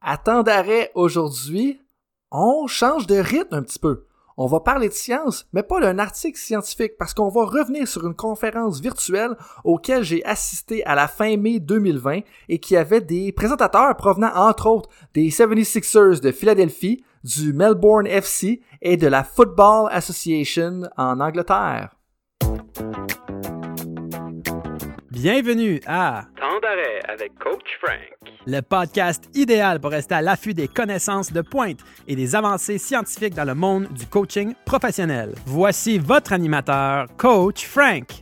À temps d'arrêt aujourd'hui, on change de rythme un petit peu. On va parler de science, mais pas d'un article scientifique, parce qu'on va revenir sur une conférence virtuelle auquel j'ai assisté à la fin mai 2020 et qui avait des présentateurs provenant entre autres des 76ers de Philadelphie, du Melbourne FC et de la Football Association en Angleterre. Bienvenue à Temps d'arrêt avec Coach Frank, le podcast idéal pour rester à l'affût des connaissances de pointe et des avancées scientifiques dans le monde du coaching professionnel. Voici votre animateur, Coach Frank.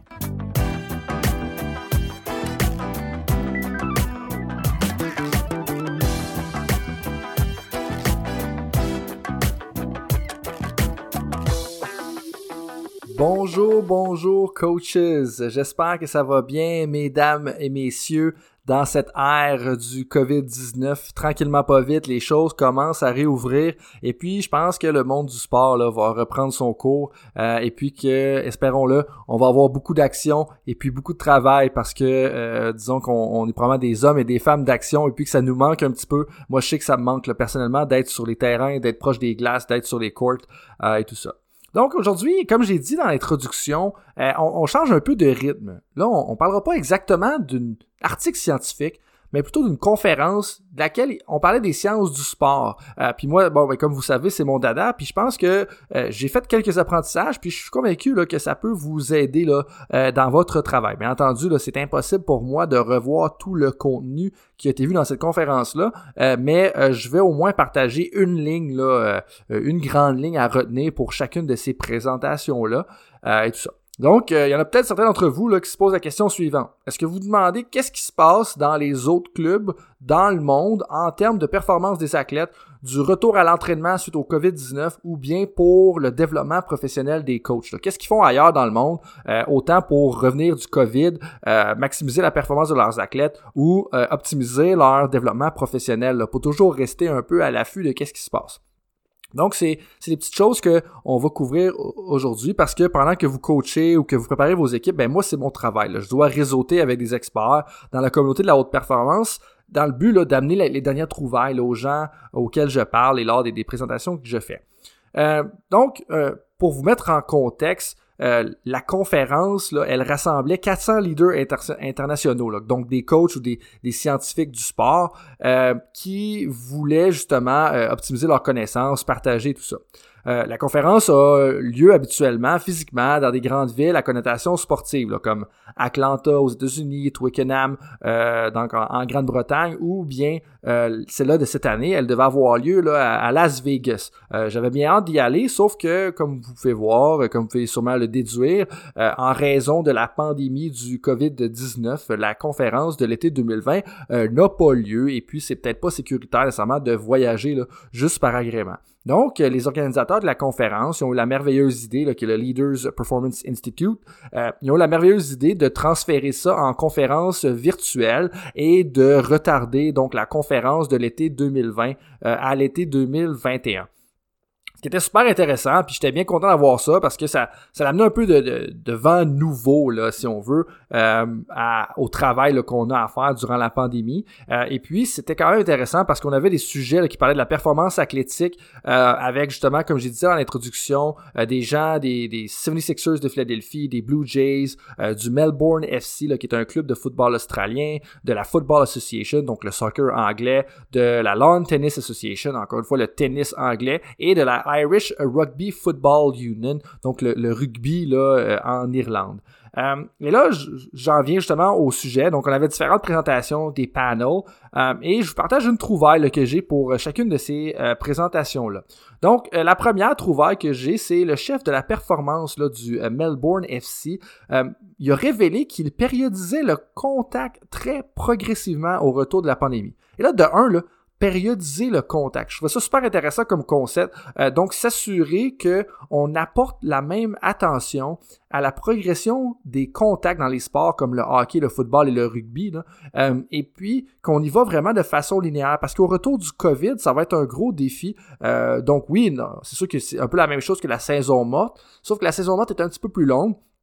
Bonjour coaches, j'espère que ça va bien mesdames et messieurs dans cette ère du COVID-19. Tranquillement pas vite, les choses commencent à réouvrir et puis je pense que le monde du sport là, va reprendre son cours et puis que, espérons-le, on va avoir beaucoup d'action et puis beaucoup de travail parce que disons qu'on est probablement des hommes et des femmes d'action et puis que ça nous manque un petit peu. Moi je sais que ça me manque là, personnellement d'être sur les terrains, d'être proche des glaces, d'être sur les courts et tout ça. Donc aujourd'hui, comme j'ai dit dans l'introduction, on change un peu de rythme. Là, on parlera pas exactement d'un article scientifique, mais plutôt d'une conférence de laquelle on parlait des sciences du sport. Puis moi, comme vous savez, c'est mon dada, puis je pense que j'ai fait quelques apprentissages, puis je suis convaincu là, que ça peut vous aider là, dans votre travail. Bien entendu, là, c'est impossible pour moi de revoir tout le contenu qui a été vu dans cette conférence-là, mais je vais au moins partager une ligne, là, une grande ligne à retenir pour chacune de ces présentations-là et tout ça. Donc, il y en a peut-être certains d'entre vous là, qui se posent la question suivante. Est-ce que vous demandez qu'est-ce qui se passe dans les autres clubs, dans le monde, en termes de performance des athlètes, du retour à l'entraînement suite au COVID-19 ou bien pour le développement professionnel des coachs? Là? Qu'est-ce qu'ils font ailleurs dans le monde, autant pour revenir du COVID, maximiser la performance de leurs athlètes ou optimiser leur développement professionnel, là, pour toujours rester un peu à l'affût de qu'est-ce qui se passe? Donc, c'est des petites choses que on va couvrir aujourd'hui parce que pendant que vous coachez ou que vous préparez vos équipes, ben moi, c'est mon travail. Là. Je dois réseauter avec des experts dans la communauté de la haute performance dans le but là, d'amener les dernières trouvailles là, aux gens auxquels je parle et lors des présentations que je fais. Donc, pour vous mettre en contexte, la conférence, là, elle rassemblait 400 leaders internationaux, là, donc des coachs ou des scientifiques du sport qui voulaient justement optimiser leurs connaissances, partager tout ça. La conférence a lieu habituellement, physiquement, dans des grandes villes à connotation sportive, là, comme Atlanta aux États-Unis, Twickenham, donc en Grande-Bretagne, ou bien celle-là de cette année, elle devait avoir lieu là, à Las Vegas. J'avais bien hâte d'y aller, sauf que, comme vous pouvez voir, comme vous pouvez sûrement le déduire, en raison de la pandémie du COVID-19, la conférence de l'été 2020 n'a pas lieu, et puis c'est peut-être pas sécuritaire nécessairement de voyager là, juste par agrément. Donc, les organisateurs de la conférence ils ont eu la merveilleuse idée, là, qui est le Leaders Performance Institute, ils ont eu la merveilleuse idée de transférer ça en conférence virtuelle et de retarder donc la conférence de l'été 2020 à l'été 2021. Ce qui était super intéressant, puis j'étais bien content d'avoir ça parce que ça amenait un peu de vent nouveau, là, si on veut, au travail là, qu'on a à faire durant la pandémie. Et puis, c'était quand même intéressant parce qu'on avait des sujets là, qui parlaient de la performance athlétique avec justement, comme j'ai dit dans l'introduction, des gens des 76ers de Philadelphie, des Blue Jays, du Melbourne FC, là, qui est un club de football australien, de la Football Association, donc le soccer anglais, de la Lawn Tennis Association, encore une fois le tennis anglais, et de la Irish Rugby Football Union, donc le rugby là, en Irlande. Et là, j'en viens justement au sujet. Donc, on avait différentes présentations des panels et je vous partage une trouvaille là, que j'ai pour chacune de ces présentations-là. Donc, la première trouvaille que j'ai, c'est le chef de la performance là, du Melbourne FC. Il a révélé qu'il périodisait le contact très progressivement au retour de la pandémie. Et là, de un, là, périodiser le contact. Je trouve ça super intéressant comme concept. Donc, s'assurer qu'on apporte la même attention à la progression des contacts dans les sports comme le hockey, le football et le rugby, là, et puis qu'on y va vraiment de façon linéaire. Parce qu'au retour du COVID, ça va être un gros défi. Donc oui, non, c'est sûr que c'est un peu la même chose que la saison morte, sauf que la saison morte est un petit peu plus longue.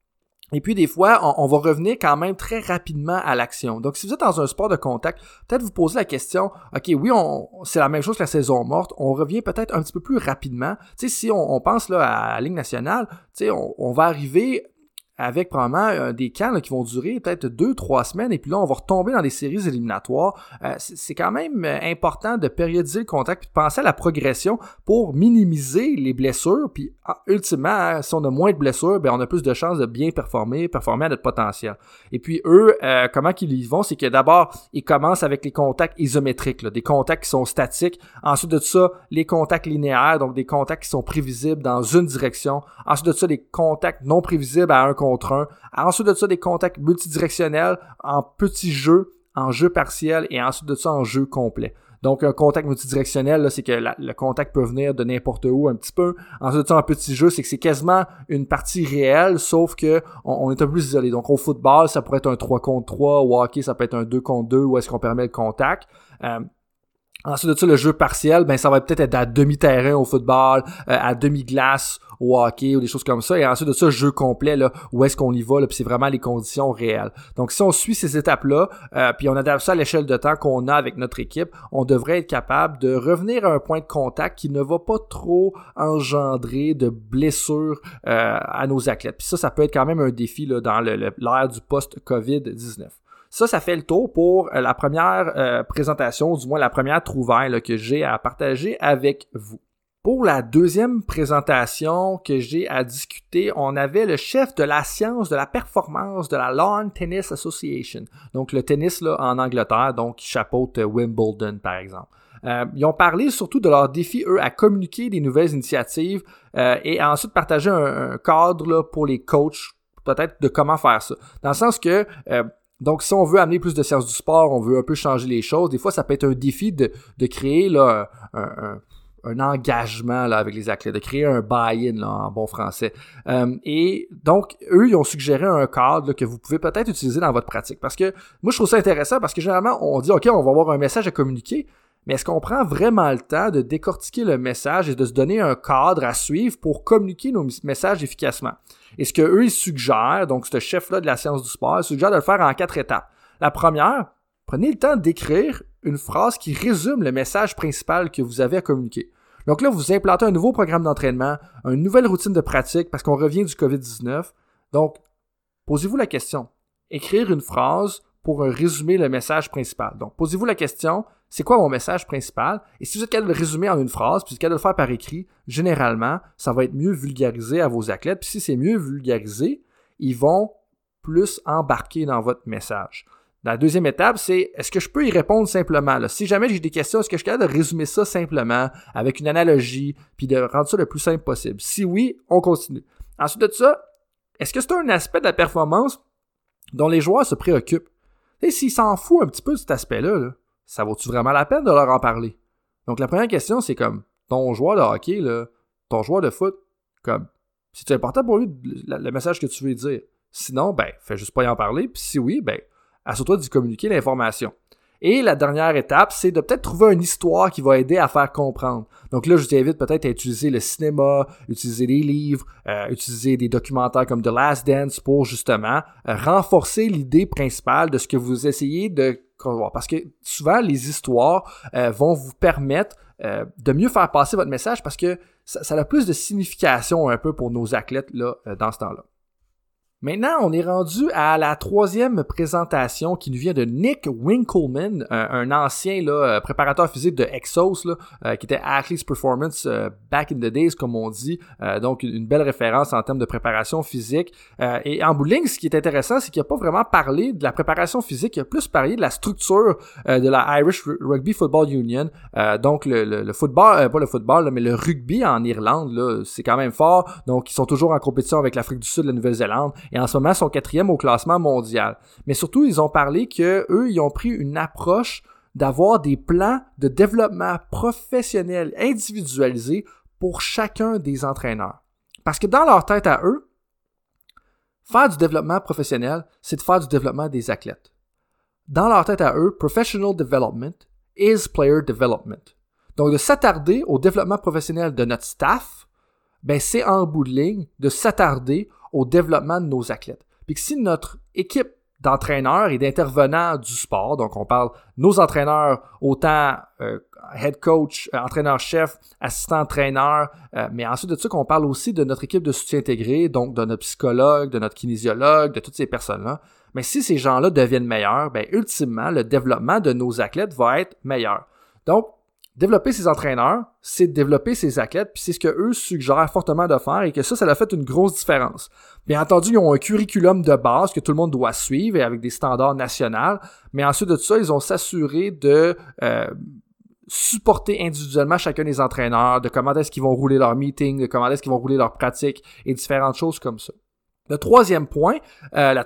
Et puis des fois, on va revenir quand même très rapidement à l'action. Donc si vous êtes dans un sport de contact, peut-être vous posez la question, OK, oui, c'est la même chose que la saison morte, on revient peut-être un petit peu plus rapidement. Tu sais, si on pense là à la Ligue nationale, tu sais, on va arriver avec probablement des camps là, qui vont durer peut-être 2-3 semaines, et puis là, on va retomber dans des séries éliminatoires. C'est quand même important de périodiser le contact, puis de penser à la progression pour minimiser les blessures, puis ultimement, si on a moins de blessures, ben on a plus de chances de bien performer à notre potentiel. Et puis eux, comment qu'ils y vont, c'est que d'abord, ils commencent avec les contacts isométriques, là, des contacts qui sont statiques. Ensuite de ça, les contacts linéaires, donc des contacts qui sont prévisibles dans une direction. Ensuite de ça, des contacts non prévisibles à un contre un. Ensuite de ça, des contacts multidirectionnels en petits jeux, en jeu partiel, et ensuite de ça, en jeu complet. Donc, un contact multidirectionnel, là, c'est que le contact peut venir de n'importe où un petit peu. Ensuite de ça, un petit jeu, c'est que c'est quasiment une partie réelle, sauf que on est un peu plus isolé. Donc, au football, ça pourrait être un 3 contre 3. Au hockey, ça peut être un 2 contre 2, où est-ce qu'on permet le contact. Ensuite de ça, le jeu partiel, ben ça va peut-être être à demi-terrain au football, à demi-glace au hockey ou des choses comme ça. Et ensuite de ça, jeu complet, là, où est-ce qu'on y va, là, puis c'est vraiment les conditions réelles. Donc, si on suit ces étapes-là, puis on adapte ça à l'échelle de temps qu'on a avec notre équipe, on devrait être capable de revenir à un point de contact qui ne va pas trop engendrer de blessures à nos athlètes. Puis ça peut être quand même un défi là, dans l'ère du post-COVID-19. Ça fait le tour pour la première présentation, du moins la première trouvaille là, que j'ai à partager avec vous. Pour la deuxième présentation que j'ai à discuter, on avait le chef de la science de la performance de la Lawn Tennis Association. Donc le tennis là, en Angleterre, donc qui chapeaute Wimbledon par exemple. Ils ont parlé surtout de leur défi, eux, à communiquer des nouvelles initiatives et à ensuite partager un cadre là, pour les coachs, peut-être de comment faire ça. Dans le sens que... donc, si on veut amener plus de sciences du sport, on veut un peu changer les choses, des fois, ça peut être un défi de créer là, un engagement là, avec les athlètes, de créer un buy-in là, en bon français. Et donc, eux, ils ont suggéré un cadre là, que vous pouvez peut-être utiliser dans votre pratique. Parce que moi, je trouve ça intéressant parce que généralement, on dit, OK, on va avoir un message à communiquer, mais est-ce qu'on prend vraiment le temps de décortiquer le message et de se donner un cadre à suivre pour communiquer nos messages efficacement? Et ce qu'eux, ils suggèrent, donc ce chef-là de la science du sport, suggère de le faire en 4 étapes. La première, prenez le temps d'écrire une phrase qui résume le message principal que vous avez à communiquer. Donc là, vous implantez un nouveau programme d'entraînement, une nouvelle routine de pratique parce qu'on revient du COVID-19. Donc, posez-vous la question. Écrire une phrase pour résumer le message principal. Donc, posez-vous la question, c'est quoi mon message principal? Et si vous êtes capable de le résumer en une phrase, puis vous êtes capable de le faire par écrit, généralement, ça va être mieux vulgarisé à vos athlètes. Puis si c'est mieux vulgarisé, ils vont plus embarquer dans votre message. La deuxième étape, c'est est-ce que je peux y répondre simplement? Là? Si jamais j'ai des questions, est-ce que je suis capable de résumer ça simplement avec une analogie, puis de rendre ça le plus simple possible? Si oui, on continue. Ensuite de ça, est-ce que c'est un aspect de la performance dont les joueurs se préoccupent? Et s'ils s'en foutent un petit peu de cet aspect-là, là, ça vaut-tu vraiment la peine de leur en parler? Donc la première question, c'est comme ton joueur de hockey, là, ton joueur de foot, comme c'est important pour lui le message que tu veux dire. Sinon, ben, fais juste pas y en parler. Puis si oui, ben, assure-toi d'y communiquer l'information. Et la dernière étape, c'est de peut-être trouver une histoire qui va aider à faire comprendre. Donc là, je vous invite peut-être à utiliser le cinéma, utiliser des livres, utiliser des documentaires comme The Last Dance pour justement renforcer l'idée principale de ce que vous essayez de concevoir. Parce que souvent, les histoires vont vous permettre de mieux faire passer votre message parce que ça a plus de signification un peu pour nos athlètes là, dans ce temps-là. Maintenant, on est rendu à la troisième présentation qui nous vient de Nick Winkelman, un ancien là, préparateur physique de Exos, là, qui était Athletes Performance back in the days, comme on dit. Donc, une belle référence en termes de préparation physique. Et en bout de ligne, ce qui est intéressant, c'est qu'il n'a pas vraiment parlé de la préparation physique, il a plus parlé de la structure de la Irish Rugby Football Union. Donc, le football, pas le football, là, mais le rugby en Irlande, là, c'est quand même fort. Donc, ils sont toujours en compétition avec l'Afrique du Sud, la Nouvelle-Zélande. Et en ce moment, ils sont 4e au classement mondial. Mais surtout, ils ont parlé qu'eux, ils ont pris une approche d'avoir des plans de développement professionnel individualisés pour chacun des entraîneurs. Parce que dans leur tête à eux, faire du développement professionnel, c'est de faire du développement des athlètes. Dans leur tête à eux, professional development is player development. Donc, de s'attarder au développement professionnel de notre staff, ben c'est en bout de ligne de s'attarder au développement de nos athlètes. puis que si notre équipe d'entraîneurs et d'intervenants du sport, donc on parle nos entraîneurs, autant head coach, entraîneur-chef, assistant-entraîneur, mais ensuite de ça qu'on parle aussi de notre équipe de soutien intégré, donc de notre psychologue, de notre kinésiologue, de toutes ces personnes-là. Mais si ces gens-là deviennent meilleurs, ben ultimement, le développement de nos athlètes va être meilleur. Donc, développer ses entraîneurs, c'est développer ses athlètes, puis c'est ce qu'eux suggèrent fortement de faire et que ça a fait une grosse différence. Bien entendu, ils ont un curriculum de base que tout le monde doit suivre et avec des standards nationaux, mais ensuite de ça, ils ont s'assuré de supporter individuellement chacun des entraîneurs, de comment est-ce qu'ils vont rouler leur meeting, de comment est-ce qu'ils vont rouler leur pratique et différentes choses comme ça. Le troisième point, la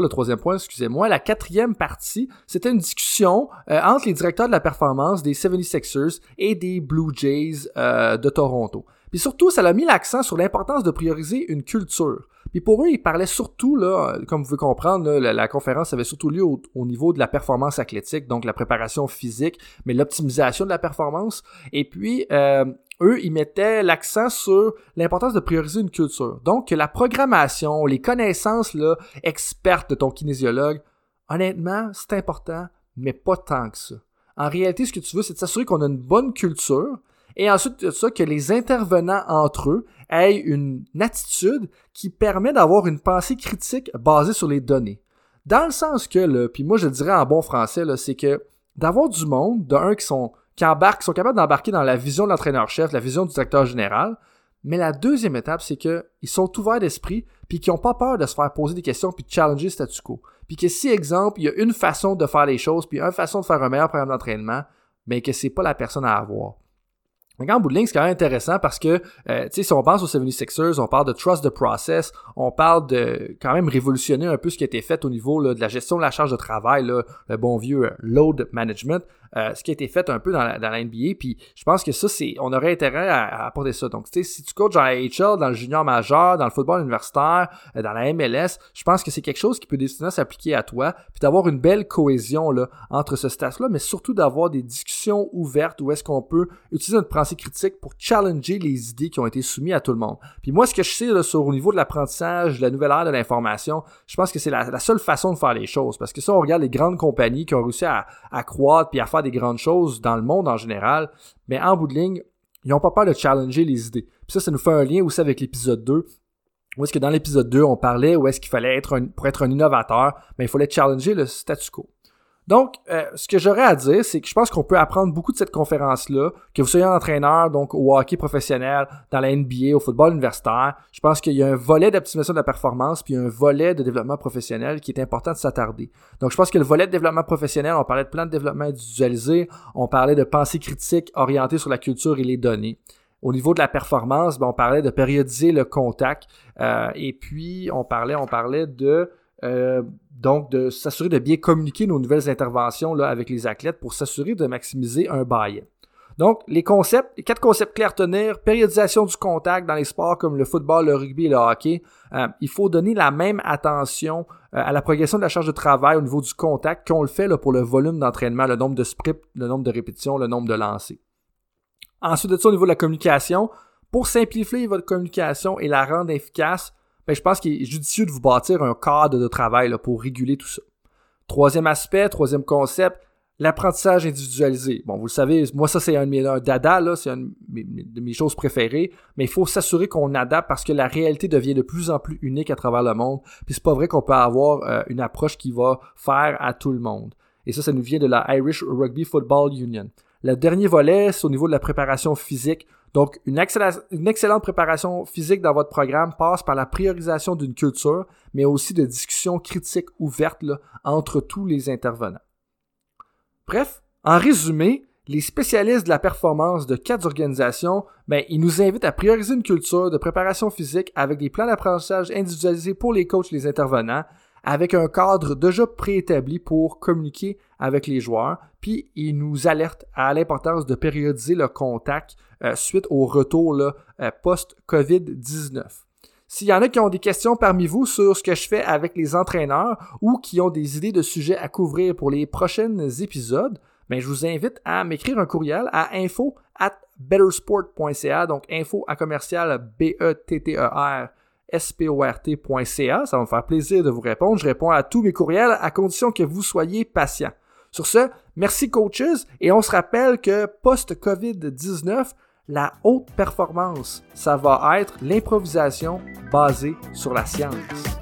quatrième partie, c'était une discussion entre les directeurs de la performance des 76ers et des Blue Jays de Toronto. Puis surtout, ça a mis l'accent sur l'importance de prioriser une culture. Puis pour eux, ils parlaient surtout, là, comme vous pouvez comprendre, là, la conférence avait surtout lieu au niveau de la performance athlétique, donc la préparation physique, mais l'optimisation de la performance. Et puis, eux, ils mettaient l'accent sur l'importance de prioriser une culture. Donc, la programmation, les connaissances là, expertes de ton kinésiologue, honnêtement, c'est important, mais pas tant que ça. En réalité, ce que tu veux, c'est de s'assurer qu'on a une bonne culture et ensuite de ça, que les intervenants entre eux aient une attitude qui permet d'avoir une pensée critique basée sur les données. Dans le sens que, là, puis moi je le dirais en bon français, là, c'est que d'avoir du monde, qui sont capables d'embarquer dans la vision de l'entraîneur-chef, la vision du directeur général, mais la deuxième étape, c'est qu'ils sont ouverts d'esprit, puis qu'ils n'ont pas peur de se faire poser des questions, puis de challenger le statu quo. Puis que si, exemple, il y a une façon de faire les choses, puis une façon de faire un meilleur programme d'entraînement, mais que c'est pas la personne à avoir. Donc, en bout de ligne, c'est quand même intéressant parce que, si on pense aux 76ers, on parle de trust the process, on parle de quand même révolutionner un peu ce qui a été fait au niveau là, de la gestion de la charge de travail, là, le bon vieux load management, ce qui a été fait un peu dans la NBA, puis je pense que ça, on aurait intérêt à apporter ça. Donc, tu sais, si tu coaches dans la AHL, dans le junior majeur, dans le football universitaire, dans la MLS, je pense que c'est quelque chose qui peut décider s'appliquer à toi, puis d'avoir une belle cohésion là entre ce staff-là, mais surtout d'avoir des discussions ouvertes où est-ce qu'on peut utiliser notre pensée critique pour challenger les idées qui ont été soumises à tout le monde. Puis moi, ce que je sais là, au niveau de l'apprentissage, de la nouvelle ère de l'information, je pense que c'est la seule façon de faire les choses. Parce que ça, on regarde les grandes compagnies qui ont réussi à croître puis à faire des grandes choses dans le monde en général, mais en bout de ligne, ils n'ont pas peur de challenger les idées. Puis ça nous fait un lien aussi avec l'épisode 2, où est-ce que dans l'épisode 2, on parlait où est-ce qu'il fallait pour être un innovateur, mais il fallait challenger le statu quo. Donc, ce que j'aurais à dire, c'est que je pense qu'on peut apprendre beaucoup de cette conférence-là, que vous soyez un entraîneur, donc au hockey professionnel, dans la NBA, au football universitaire. Je pense qu'il y a un volet d'optimisation de la performance, puis un volet de développement professionnel qui est important de s'attarder. Donc, je pense que le volet de développement professionnel, on parlait de plan de développement individualisé, on parlait de pensée critique orientée sur la culture et les données. Au niveau de la performance, on parlait de périodiser le contact, et puis on parlait de... donc, de s'assurer de bien communiquer nos nouvelles interventions là, avec les athlètes pour s'assurer de maximiser un buy-in. Donc, les 4 concepts clés à retenir, périodisation du contact dans les sports comme le football, le rugby et le hockey. Il faut donner la même attention à la progression de la charge de travail au niveau du contact qu'on le fait là, pour le volume d'entraînement, le nombre de sprints, le nombre de répétitions, le nombre de lancers. Ensuite de ça, au niveau de la communication, pour simplifier votre communication et la rendre efficace, je pense qu'il est judicieux de vous bâtir un cadre de travail là, pour réguler tout ça. Troisième concept, l'apprentissage individualisé. Bon, vous le savez, moi ça c'est un de mes dada, là, c'est une de mes choses préférées, mais il faut s'assurer qu'on adapte parce que la réalité devient de plus en plus unique à travers le monde, puis c'est pas vrai qu'on peut avoir une approche qui va faire à tout le monde. Et ça nous vient de la Irish Rugby Football Union. Le dernier volet, c'est au niveau de la préparation physique. Donc, une excellente préparation physique dans votre programme passe par la priorisation d'une culture, mais aussi de discussions critiques ouvertes là, entre tous les intervenants. Bref, en résumé, les spécialistes de la performance de 4 organisations, ils nous invitent à prioriser une culture de préparation physique avec des plans d'apprentissage individualisés pour les coachs et les intervenants, avec un cadre déjà préétabli pour communiquer avec les joueurs, puis ils nous alertent à l'importance de périodiser le contact suite au retour là, post-COVID-19. S'il y en a qui ont des questions parmi vous sur ce que je fais avec les entraîneurs ou qui ont des idées de sujets à couvrir pour les prochains épisodes, je vous invite à m'écrire un courriel à info@bettersport.ca, donc info@bettersport.ca. sport.ca. Ça va me faire plaisir de vous répondre. Je réponds à tous mes courriels à condition que vous soyez patient. Sur ce, merci coaches et on se rappelle que post-COVID-19, la haute performance, ça va être l'improvisation basée sur la science.